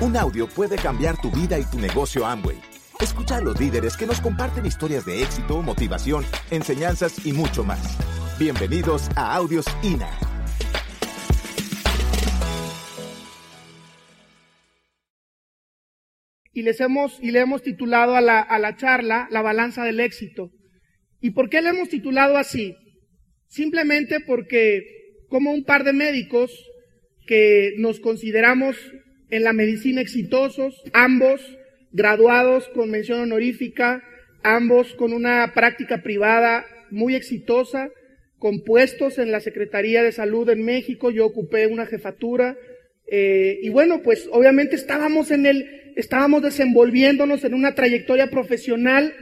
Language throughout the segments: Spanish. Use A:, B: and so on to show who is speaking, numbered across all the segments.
A: Un audio puede cambiar tu vida y tu negocio Amway. Escucha a los líderes que nos comparten historias de éxito, motivación, enseñanzas y mucho más. Bienvenidos a Audios INA.
B: Y le hemos titulado a la charla La balanza del éxito. ¿Y por qué le hemos titulado así? Simplemente porque como un par de médicos que nos consideramos en la medicina exitosos, ambos graduados con mención honorífica, ambos con una práctica privada muy exitosa, con puestos en la Secretaría de Salud en México. Yo ocupé una jefatura, y bueno, pues obviamente estábamos desenvolviéndonos en una trayectoria profesional,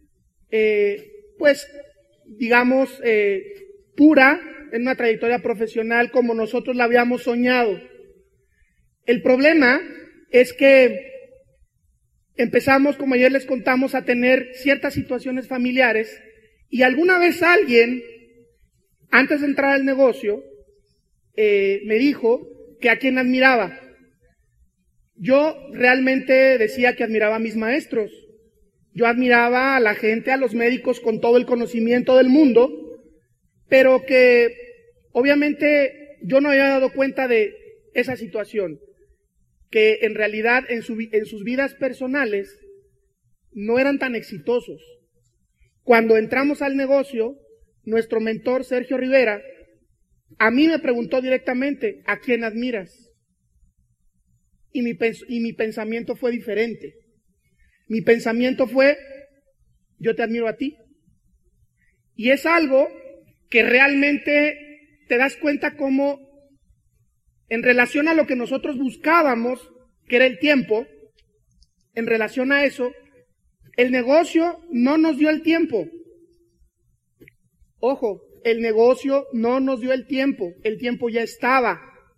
B: pues digamos, pura, en una trayectoria profesional como nosotros la habíamos soñado. El problema es que empezamos, como ayer les contamos, a tener ciertas situaciones familiares, y alguna vez alguien, antes de entrar al negocio, me dijo que a quién admiraba. Yo realmente decía que admiraba a mis maestros. Yo admiraba a la gente, a los médicos con todo el conocimiento del mundo, pero que obviamente yo no había dado cuenta de esa situación, que en realidad en sus vidas personales no eran tan exitosos. Cuando entramos al negocio, nuestro mentor Sergio Rivera a mí me preguntó directamente: ¿a quién admiras? Y mi pensamiento fue diferente. Mi pensamiento fue: yo te admiro a ti. Y es algo que realmente te das cuenta cómo, en relación a lo que nosotros buscábamos, que era el tiempo, en relación a eso, el negocio no nos dio el tiempo. Ojo, el negocio no nos dio el tiempo ya estaba.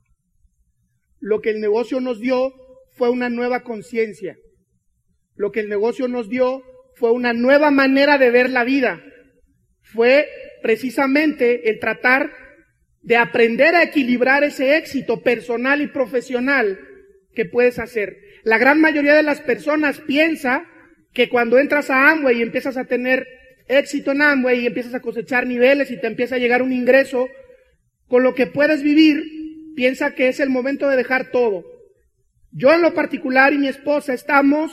B: Lo que el negocio nos dio fue una nueva conciencia. Lo que el negocio nos dio fue una nueva manera de ver la vida. Fue precisamente el tratar de aprender a equilibrar ese éxito personal y profesional que puedes hacer. La gran mayoría de las personas piensa que cuando entras a Amway y empiezas a tener éxito en Amway y empiezas a cosechar niveles y te empieza a llegar un ingreso con lo que puedes vivir, piensa que es el momento de dejar todo. Yo en lo particular y mi esposa estamos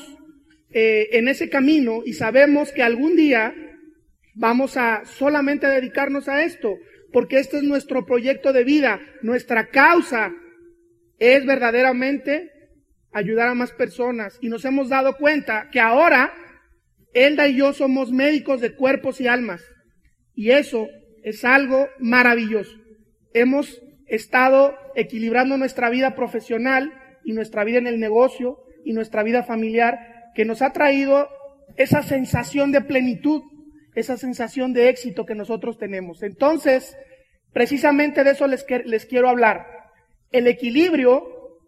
B: en ese camino y sabemos que algún día vamos a solamente dedicarnos a esto, porque este es nuestro proyecto de vida. Nuestra causa es verdaderamente ayudar a más personas, y nos hemos dado cuenta que ahora Elda y yo somos médicos de cuerpos y almas, y eso es algo maravilloso. Hemos estado equilibrando nuestra vida profesional y nuestra vida en el negocio y nuestra vida familiar, que nos ha traído esa sensación de plenitud, esa sensación de éxito que nosotros tenemos. Entonces, precisamente de eso les quiero hablar. El equilibrio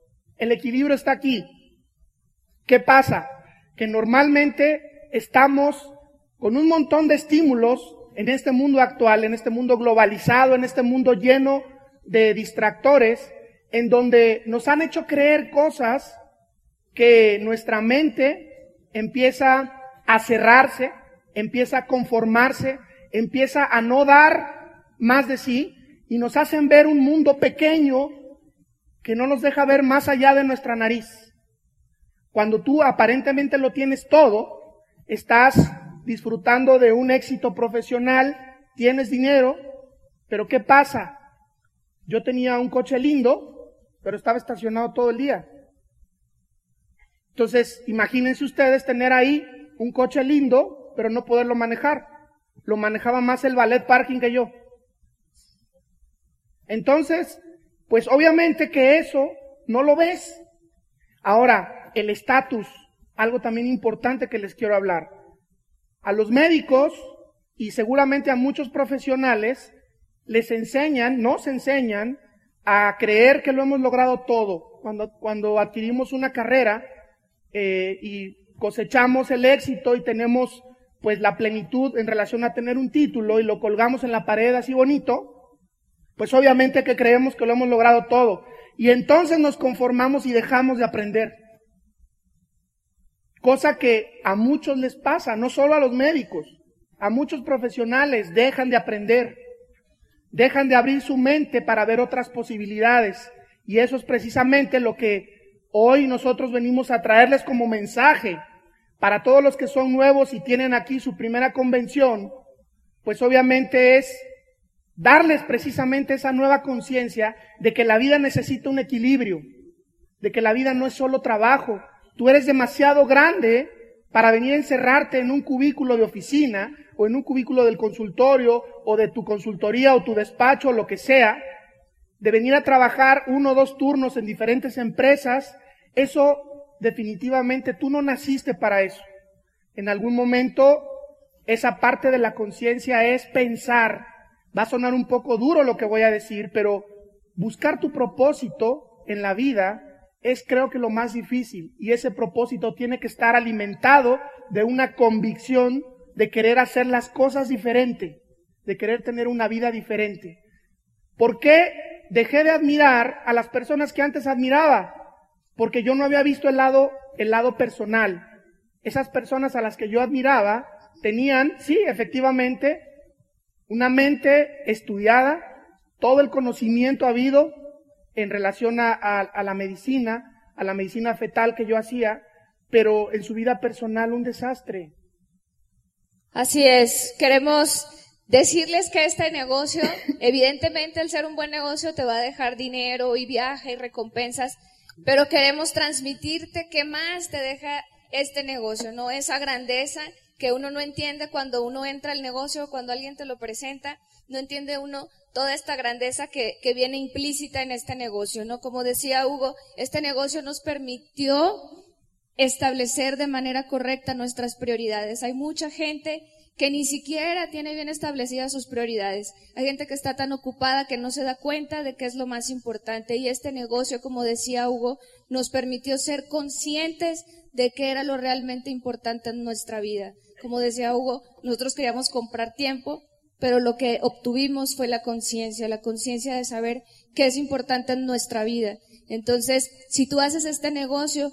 B: está aquí. ¿Qué pasa? Que normalmente estamos con un montón de estímulos en este mundo actual, en este mundo globalizado, en este mundo lleno de distractores, en donde nos han hecho creer cosas que nuestra mente empieza a cerrarse, empieza a conformarse, empieza a no dar más de sí, y nos hacen ver un mundo pequeño que no nos deja ver más allá de nuestra nariz. Cuando tú aparentemente lo tienes todo, estás disfrutando de un éxito profesional, tienes dinero, pero ¿qué pasa? Yo tenía un coche lindo, pero estaba estacionado todo el día. Entonces, imagínense ustedes tener ahí un coche lindo, pero no poderlo manejar. Lo manejaba más el valet parking que yo. Entonces, pues obviamente que eso no lo ves. Ahora, el estatus, algo también importante que les quiero hablar. A los médicos y seguramente a muchos profesionales nos enseñan a creer que lo hemos logrado todo. Cuando adquirimos una carrera y cosechamos el éxito y tenemos pues la plenitud en relación a tener un título y lo colgamos en la pared así bonito, pues obviamente que creemos que lo hemos logrado todo. Y entonces nos conformamos y dejamos de aprender. cosa que a muchos les pasa, no solo a los médicos, a muchos profesionales dejan de aprender, dejan de abrir su mente para ver otras posibilidades. Y eso es precisamente lo que hoy nosotros venimos a traerles como mensaje para todos los que son nuevos y tienen aquí su primera convención, pues obviamente es darles precisamente esa nueva conciencia de que la vida necesita un equilibrio, de que la vida no es solo trabajo. Tú eres demasiado grande para venir a encerrarte en un cubículo de oficina o en un cubículo del consultorio o de tu consultoría o tu despacho o lo que sea, de venir a trabajar 1 o 2 turnos en diferentes empresas. Eso definitivamente tú no naciste para eso. En algún momento esa parte de la conciencia es pensar. Va a sonar un poco duro lo que voy a decir, pero buscar tu propósito en la vida es, creo que, lo más difícil, y ese propósito tiene que estar alimentado de una convicción de querer hacer las cosas diferente, de querer tener una vida diferente. ¿Por qué dejé de admirar a las personas que antes admiraba? Porque yo no había visto el lado personal. Esas personas a las que yo admiraba tenían, sí, efectivamente, una mente estudiada, todo el conocimiento habido en relación a la medicina fetal que yo hacía, pero en su vida personal un desastre.
C: Así es, queremos decirles que este negocio, evidentemente el ser un buen negocio te va a dejar dinero y viaje y recompensas, pero queremos transmitirte qué más te deja este negocio, ¿no? Esa grandeza que uno no entiende cuando uno entra al negocio, cuando alguien te lo presenta, no entiende uno toda esta grandeza que viene implícita en este negocio, ¿no? Como decía Hugo, este negocio nos permitió establecer de manera correcta nuestras prioridades. Hay mucha gente que ni siquiera tiene bien establecidas sus prioridades. Hay gente que está tan ocupada que no se da cuenta de qué es lo más importante. Y este negocio, como decía Hugo, nos permitió ser conscientes de qué era lo realmente importante en nuestra vida. Como decía Hugo, nosotros queríamos comprar tiempo, pero lo que obtuvimos fue la conciencia de saber qué es importante en nuestra vida. Entonces, si tú haces este negocio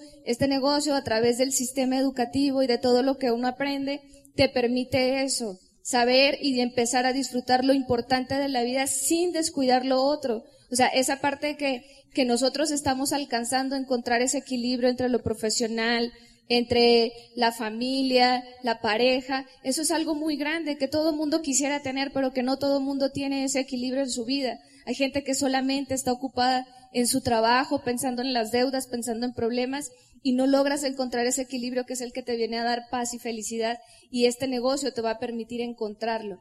C: a través del sistema educativo y de todo lo que uno aprende, te permite eso, saber y empezar a disfrutar lo importante de la vida sin descuidar lo otro. O sea, esa parte que nosotros estamos alcanzando, encontrar ese equilibrio entre lo profesional, entre la familia, la pareja, eso es algo muy grande que todo mundo quisiera tener, pero que no todo mundo tiene ese equilibrio en su vida. Hay gente que solamente está ocupada en su trabajo, pensando en las deudas, pensando en problemas, y no logras encontrar ese equilibrio que es el que te viene a dar paz y felicidad, y este negocio te va a permitir encontrarlo.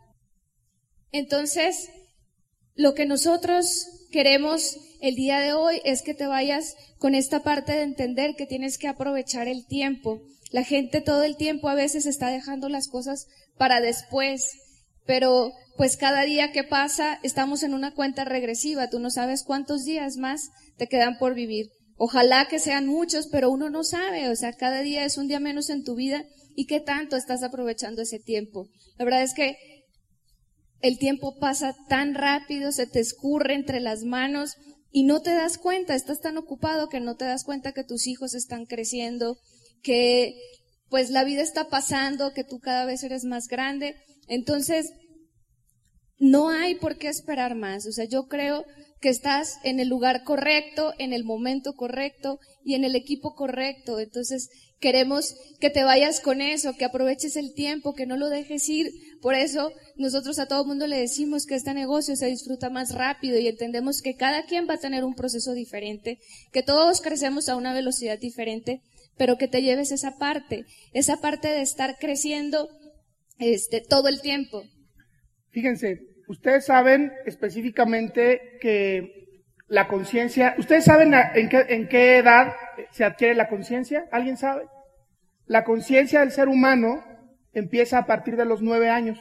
C: Entonces, lo que nosotros queremos el día de hoy es que te vayas con esta parte de entender que tienes que aprovechar el tiempo. La gente todo el tiempo a veces está dejando las cosas para después, pero pues cada día que pasa estamos en una cuenta regresiva. Tú no sabes cuántos días más te quedan por vivir. Ojalá que sean muchos, pero uno no sabe. O sea, cada día es un día menos en tu vida y qué tanto estás aprovechando ese tiempo. La verdad es que el tiempo pasa tan rápido, se te escurre entre las manos y no te das cuenta, estás tan ocupado que no te das cuenta que tus hijos están creciendo, que pues la vida está pasando, que tú cada vez eres más grande. Entonces, no hay por qué esperar más. O sea, yo creo que estás en el lugar correcto, en el momento correcto y en el equipo correcto. Entonces, queremos que te vayas con eso, que aproveches el tiempo, que no lo dejes ir. Por eso, nosotros a todo mundo le decimos que este negocio se disfruta más rápido y entendemos que cada quien va a tener un proceso diferente, que todos crecemos a una velocidad diferente, pero que te lleves esa parte de estar creciendo todo el tiempo.
B: Fíjense, ustedes saben específicamente que la conciencia, ¿ustedes saben en qué edad se adquiere la conciencia? ¿Alguien sabe? La conciencia del ser humano empieza a partir de los 9 años.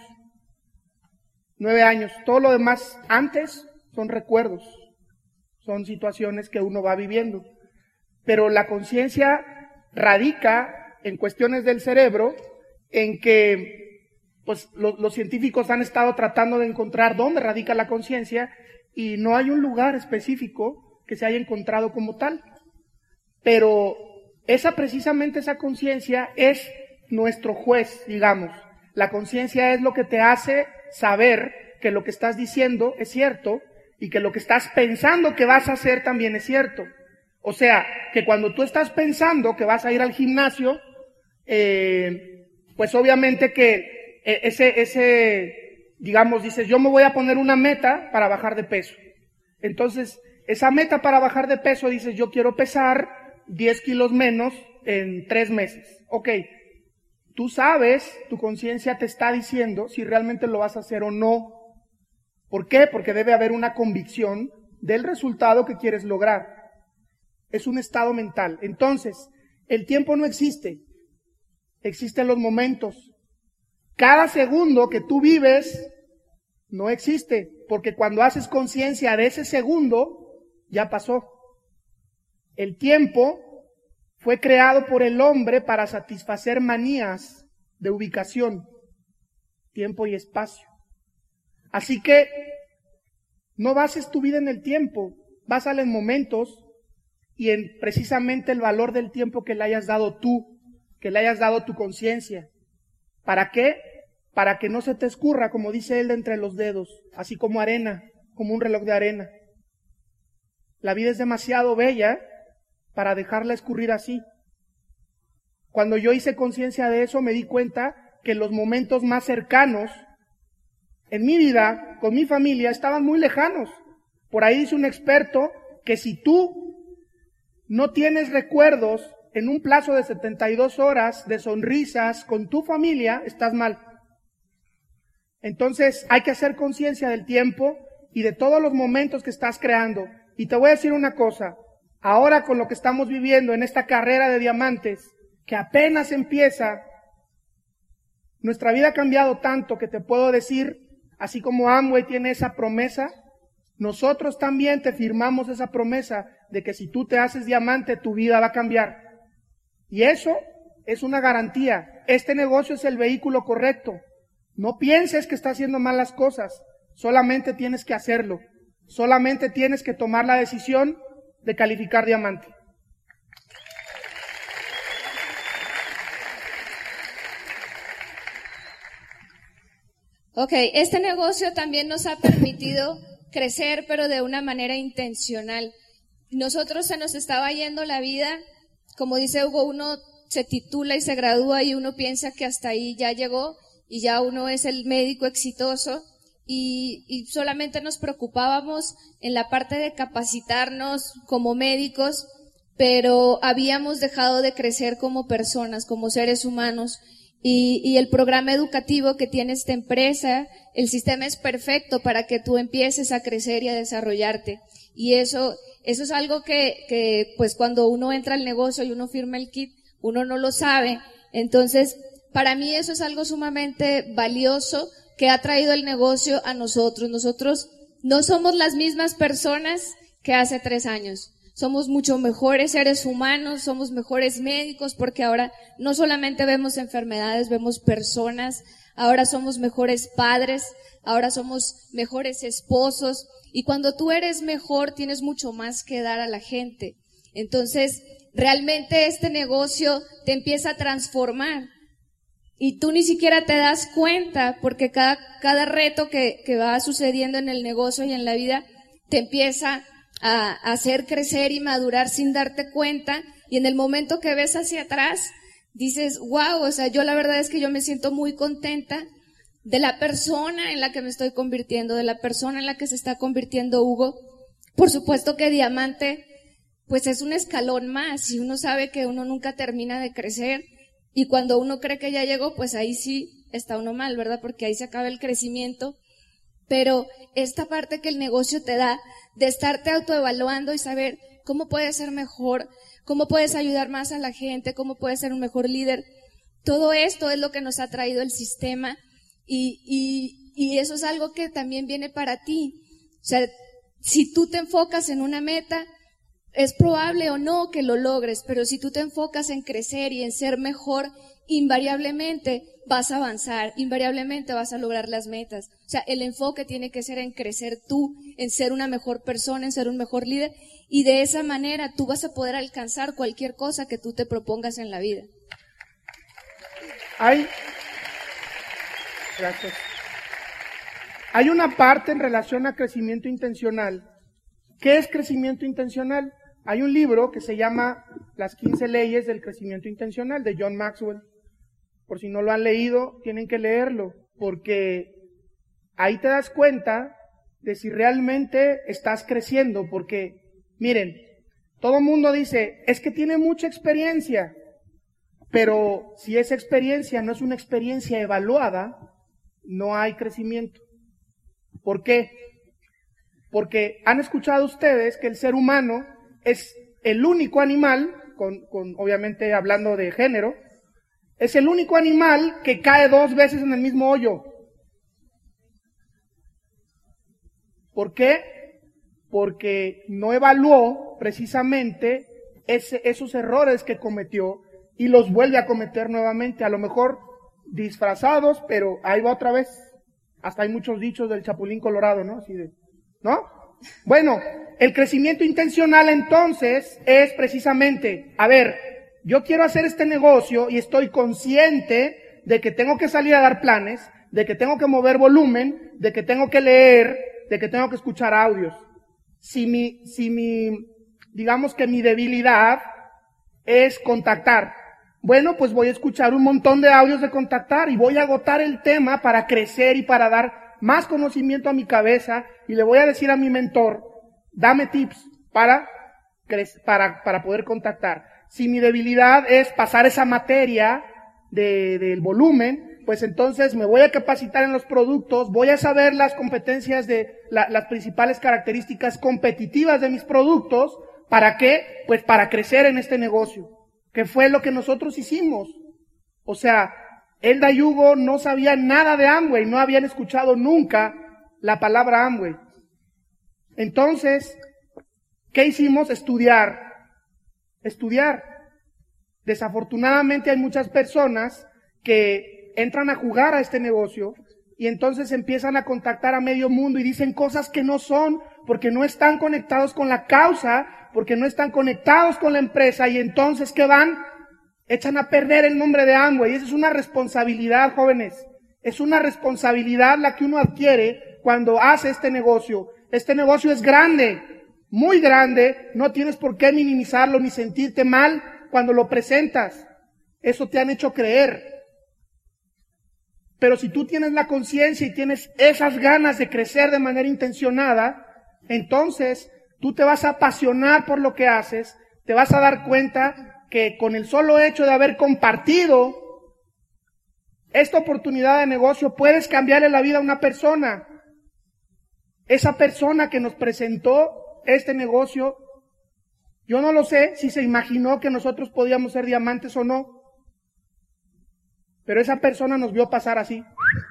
B: 9 años. Todo lo demás antes son recuerdos, son situaciones que uno va viviendo. Pero la conciencia radica en cuestiones del cerebro en que pues los científicos han estado tratando de encontrar dónde radica la conciencia y no hay un lugar específico que se haya encontrado como tal. Pero precisamente esa conciencia es nuestro juez, digamos. La conciencia es lo que te hace saber que lo que estás diciendo es cierto y que lo que estás pensando que vas a hacer también es cierto. O sea, que cuando tú estás pensando que vas a ir al gimnasio, pues obviamente que digamos, dices, yo me voy a poner una meta para bajar de peso. Entonces, esa meta para bajar de peso, dices, yo quiero pesar 10 kilos menos en 3 meses. Ok, tú sabes, tu conciencia te está diciendo si realmente lo vas a hacer o no. ¿Por qué? Porque debe haber una convicción del resultado que quieres lograr. Es un estado mental. Entonces, el tiempo no existe. Existen los momentos. Cada segundo que tú vives no existe, porque cuando haces conciencia de ese segundo, ya pasó. El tiempo fue creado por el hombre para satisfacer manías de ubicación, tiempo y espacio. Así que no bases tu vida en el tiempo, básala en momentos y en precisamente el valor del tiempo que le hayas dado tú, que le hayas dado tu conciencia. ¿Para qué? Para que no se te escurra, como dice él, de entre los dedos, así como arena, como un reloj de arena. La vida es demasiado bella para dejarla escurrir así. Cuando yo hice conciencia de eso, me di cuenta que los momentos más cercanos en mi vida, con mi familia, estaban muy lejanos. Por ahí dice un experto que si tú no tienes recuerdos en un plazo de 72 horas de sonrisas con tu familia, estás mal. Entonces hay que hacer conciencia del tiempo y de todos los momentos que estás creando. Y te voy a decir una cosa, ahora con lo que estamos viviendo en esta carrera de diamantes, que apenas empieza, nuestra vida ha cambiado tanto que te puedo decir, así como Amway tiene esa promesa, nosotros también te firmamos esa promesa de que si tú te haces diamante, tu vida va a cambiar. Y eso es una garantía. Este negocio es el vehículo correcto. No pienses que estás haciendo mal las cosas. Solamente tienes que hacerlo. Solamente tienes que tomar la decisión de calificar diamante.
C: Ok, este negocio también nos ha permitido crecer, pero de una manera intencional. Nosotros se nos estaba yendo la vida, como dice Hugo, uno se titula y se gradúa y uno piensa que hasta ahí ya llegó y ya uno es el médico exitoso y solamente nos preocupábamos en la parte de capacitarnos como médicos, pero habíamos dejado de crecer como personas, como seres humanos. Y el programa educativo que tiene esta empresa, el sistema es perfecto para que tú empieces a crecer y a desarrollarte. Y eso es algo que pues cuando uno entra al negocio y uno firma el kit, uno no lo sabe. Entonces, para mí eso es algo sumamente valioso que ha traído el negocio a nosotros. Nosotros no somos las mismas personas que hace 3 años. Somos mucho mejores seres humanos, somos mejores médicos, porque ahora no solamente vemos enfermedades, vemos personas, ahora somos mejores padres, ahora somos mejores esposos, y cuando tú eres mejor tienes mucho más que dar a la gente. Entonces, realmente este negocio te empieza a transformar, y tú ni siquiera te das cuenta, porque cada reto que va sucediendo en el negocio y en la vida te empieza a hacer crecer y madurar sin darte cuenta, y en el momento que ves hacia atrás dices, wow, o sea, yo la verdad es que yo me siento muy contenta de la persona en la que me estoy convirtiendo, de la persona en la que se está convirtiendo Hugo. Por supuesto que diamante pues es un escalón más, y uno sabe que uno nunca termina de crecer, y cuando uno cree que ya llegó, pues ahí sí está uno mal, ¿verdad? Porque ahí se acaba el crecimiento. Pero esta parte que el negocio te da de estarte autoevaluando y saber cómo puedes ser mejor, cómo puedes ayudar más a la gente, cómo puedes ser un mejor líder, todo esto es lo que nos ha traído el sistema, y eso es algo que también viene para ti. O sea, si tú te enfocas en una meta, Es probable o no que lo logres, pero si tú te enfocas en crecer y en ser mejor, invariablemente vas a avanzar, invariablemente vas a lograr las metas. O sea, el enfoque tiene que ser en crecer tú, en ser una mejor persona, en ser un mejor líder, y de esa manera tú vas a poder alcanzar cualquier cosa que tú te propongas en la vida.
B: Gracias. Hay una parte en relación a crecimiento intencional. ¿Qué es crecimiento intencional? Hay un libro que se llama Las 15 leyes del crecimiento intencional, de John Maxwell. Por si no lo han leído, tienen que leerlo, porque ahí te das cuenta de si realmente estás creciendo, porque, miren, todo el mundo dice, es que tiene mucha experiencia, pero si esa experiencia no es una experiencia evaluada, no hay crecimiento. ¿Por qué? Porque han escuchado ustedes que el ser humano es el único animal, obviamente hablando de género, es el único animal que cae 2 veces en el mismo hoyo. ¿Por qué? Porque no evaluó precisamente esos errores que cometió y los vuelve a cometer nuevamente, a lo mejor disfrazados, pero ahí va otra vez. Hasta hay muchos dichos del Chapulín Colorado, ¿no? Así de, ¿no? Bueno, el crecimiento intencional entonces es precisamente, a ver, yo quiero hacer este negocio y estoy consciente de que tengo que salir a dar planes, de que tengo que mover volumen, de que tengo que leer, de que tengo que escuchar audios. Digamos que mi debilidad es contactar. Bueno, pues voy a escuchar un montón de audios de contactar y voy a agotar el tema para crecer y para dar más conocimiento a mi cabeza, y le voy a decir a mi mentor, dame tips para poder contactar. Si mi debilidad es pasar esa materia del volumen, pues entonces me voy a capacitar en los productos, voy a saber las competencias las principales características competitivas de mis productos. ¿Para qué? Pues para crecer en este negocio, que fue lo que nosotros hicimos. O sea, Elda y Hugo no sabían nada de Amway, no habían escuchado nunca la palabra Amway. Entonces, ¿qué hicimos? Estudiar. Desafortunadamente hay muchas personas que entran a jugar a este negocio y entonces empiezan a contactar a medio mundo y dicen cosas que no son, porque no están conectados con la causa, porque no están conectados con la empresa, y entonces ¿qué van? Echan a perder el nombre de Amway. Y esa es una responsabilidad, jóvenes. Es una responsabilidad la que uno adquiere cuando hace este negocio. Este negocio es grande, muy grande. No tienes por qué minimizarlo ni sentirte mal cuando lo presentas. Eso te han hecho creer. Pero si tú tienes la conciencia y tienes esas ganas de crecer de manera intencionada, entonces tú te vas a apasionar por lo que haces, te vas a dar cuenta que con el solo hecho de haber compartido esta oportunidad de negocio puedes cambiarle la vida a una persona. Esa persona que nos presentó este negocio, yo no lo sé si se imaginó que nosotros podíamos ser diamantes o no, pero esa persona nos vio pasar así.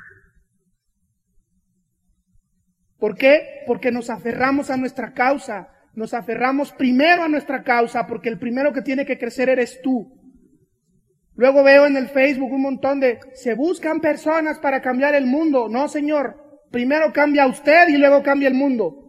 B: ¿Por qué? Porque nos aferramos a nuestra causa. Nos aferramos primero a nuestra causa, porque el primero que tiene que crecer eres tú. Luego veo en el Facebook un montón se buscan personas para cambiar el mundo. No, señor. Primero cambia usted y luego cambia el mundo.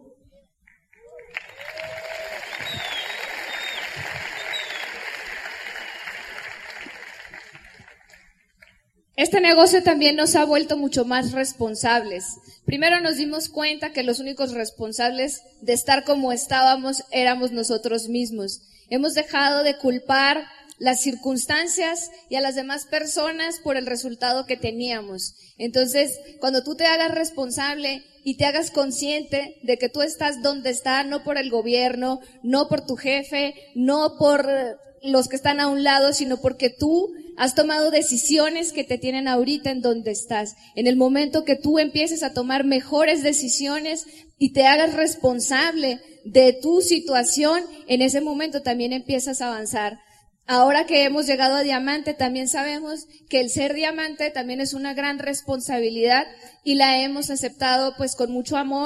C: Este negocio también nos ha vuelto mucho más responsables. Primero nos dimos cuenta que los únicos responsables de estar como estábamos éramos nosotros mismos. Hemos dejado de culpar las circunstancias y a las demás personas por el resultado que teníamos. Entonces, cuando tú te hagas responsable y te hagas consciente de que tú estás donde estás, no por el gobierno, no por tu jefe, no por los que están a un lado, sino porque tú has tomado decisiones que te tienen ahorita en donde estás. En el momento que tú empieces a tomar mejores decisiones y te hagas responsable de tu situación, en ese momento también empiezas a avanzar. Ahora que hemos llegado a diamante, también sabemos que el ser diamante también es una gran responsabilidad y la hemos aceptado pues con mucho amor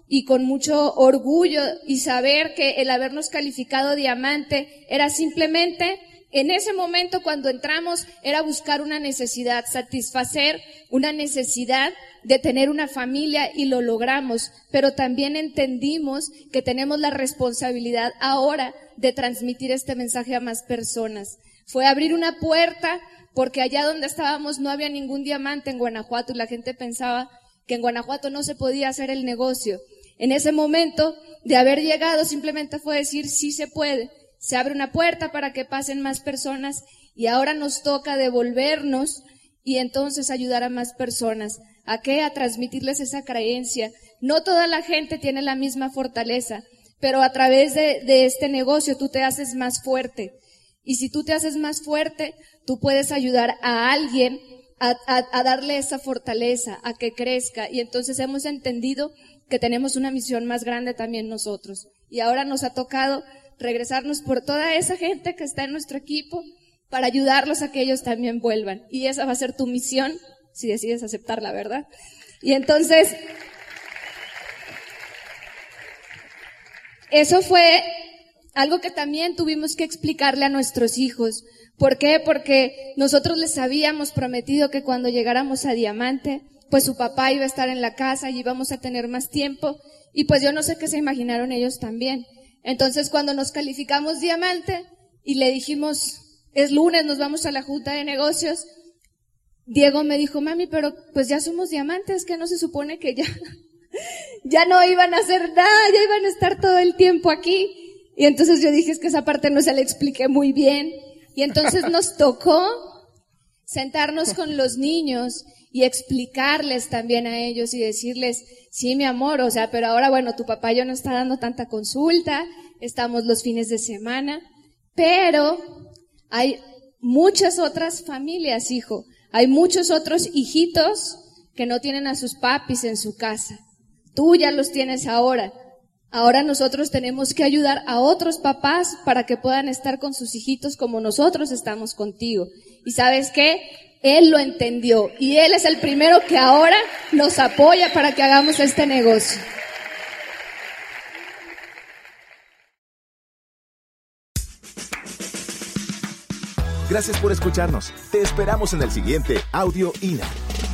C: y con mucho orgullo y saber que el habernos calificado diamante era simplemente, en ese momento cuando entramos, era buscar una necesidad, satisfacer una necesidad de tener una familia y lo logramos, pero también entendimos que tenemos la responsabilidad ahora de transmitir este mensaje a más personas. Fue abrir una puerta porque allá donde estábamos no había ningún diamante en Guanajuato y la gente pensaba que en Guanajuato no se podía hacer el negocio. En ese momento de haber llegado simplemente fue decir sí se puede, se abre una puerta para que pasen más personas y ahora nos toca devolvernos y entonces ayudar a más personas. ¿A qué? A transmitirles esa creencia. No toda la gente tiene la misma fortaleza, pero a través de este negocio tú te haces más fuerte. Y si tú te haces más fuerte, tú puedes ayudar a alguien a darle esa fortaleza, a que crezca. Y entonces hemos entendido que tenemos una misión más grande también nosotros. Y ahora nos ha tocado regresarnos por toda esa gente que está en nuestro equipo para ayudarlos a que ellos también vuelvan. Y esa va a ser tu misión, si decides aceptarla, ¿verdad? Y entonces, eso fue algo que también tuvimos que explicarle a nuestros hijos. ¿Por qué? Porque nosotros les habíamos prometido que cuando llegáramos a Diamante, pues su papá iba a estar en la casa y íbamos a tener más tiempo. Y pues yo no sé qué se imaginaron ellos también. Entonces cuando nos calificamos Diamante y le dijimos, es lunes, nos vamos a la junta de negocios, Diego me dijo, mami, pero pues ya somos diamantes, que no se supone que ya no iban a hacer nada, ya iban a estar todo el tiempo aquí. Y entonces yo dije, es que esa parte no se la expliqué muy bien. Y entonces nos tocó sentarnos con los niños y explicarles también a ellos y decirles, sí, mi amor, o sea, pero ahora bueno, tu papá ya no está dando tanta consulta, estamos los fines de semana, pero hay muchas otras familias, hijo. Hay muchos otros hijitos que no tienen a sus papis en su casa. Tú ya los tienes ahora. Ahora nosotros tenemos que ayudar a otros papás para que puedan estar con sus hijitos como nosotros estamos contigo. ¿Y sabes qué? Él lo entendió y él es el primero que ahora nos apoya para que hagamos este negocio.
A: Gracias por escucharnos. Te esperamos en el siguiente Audio INA.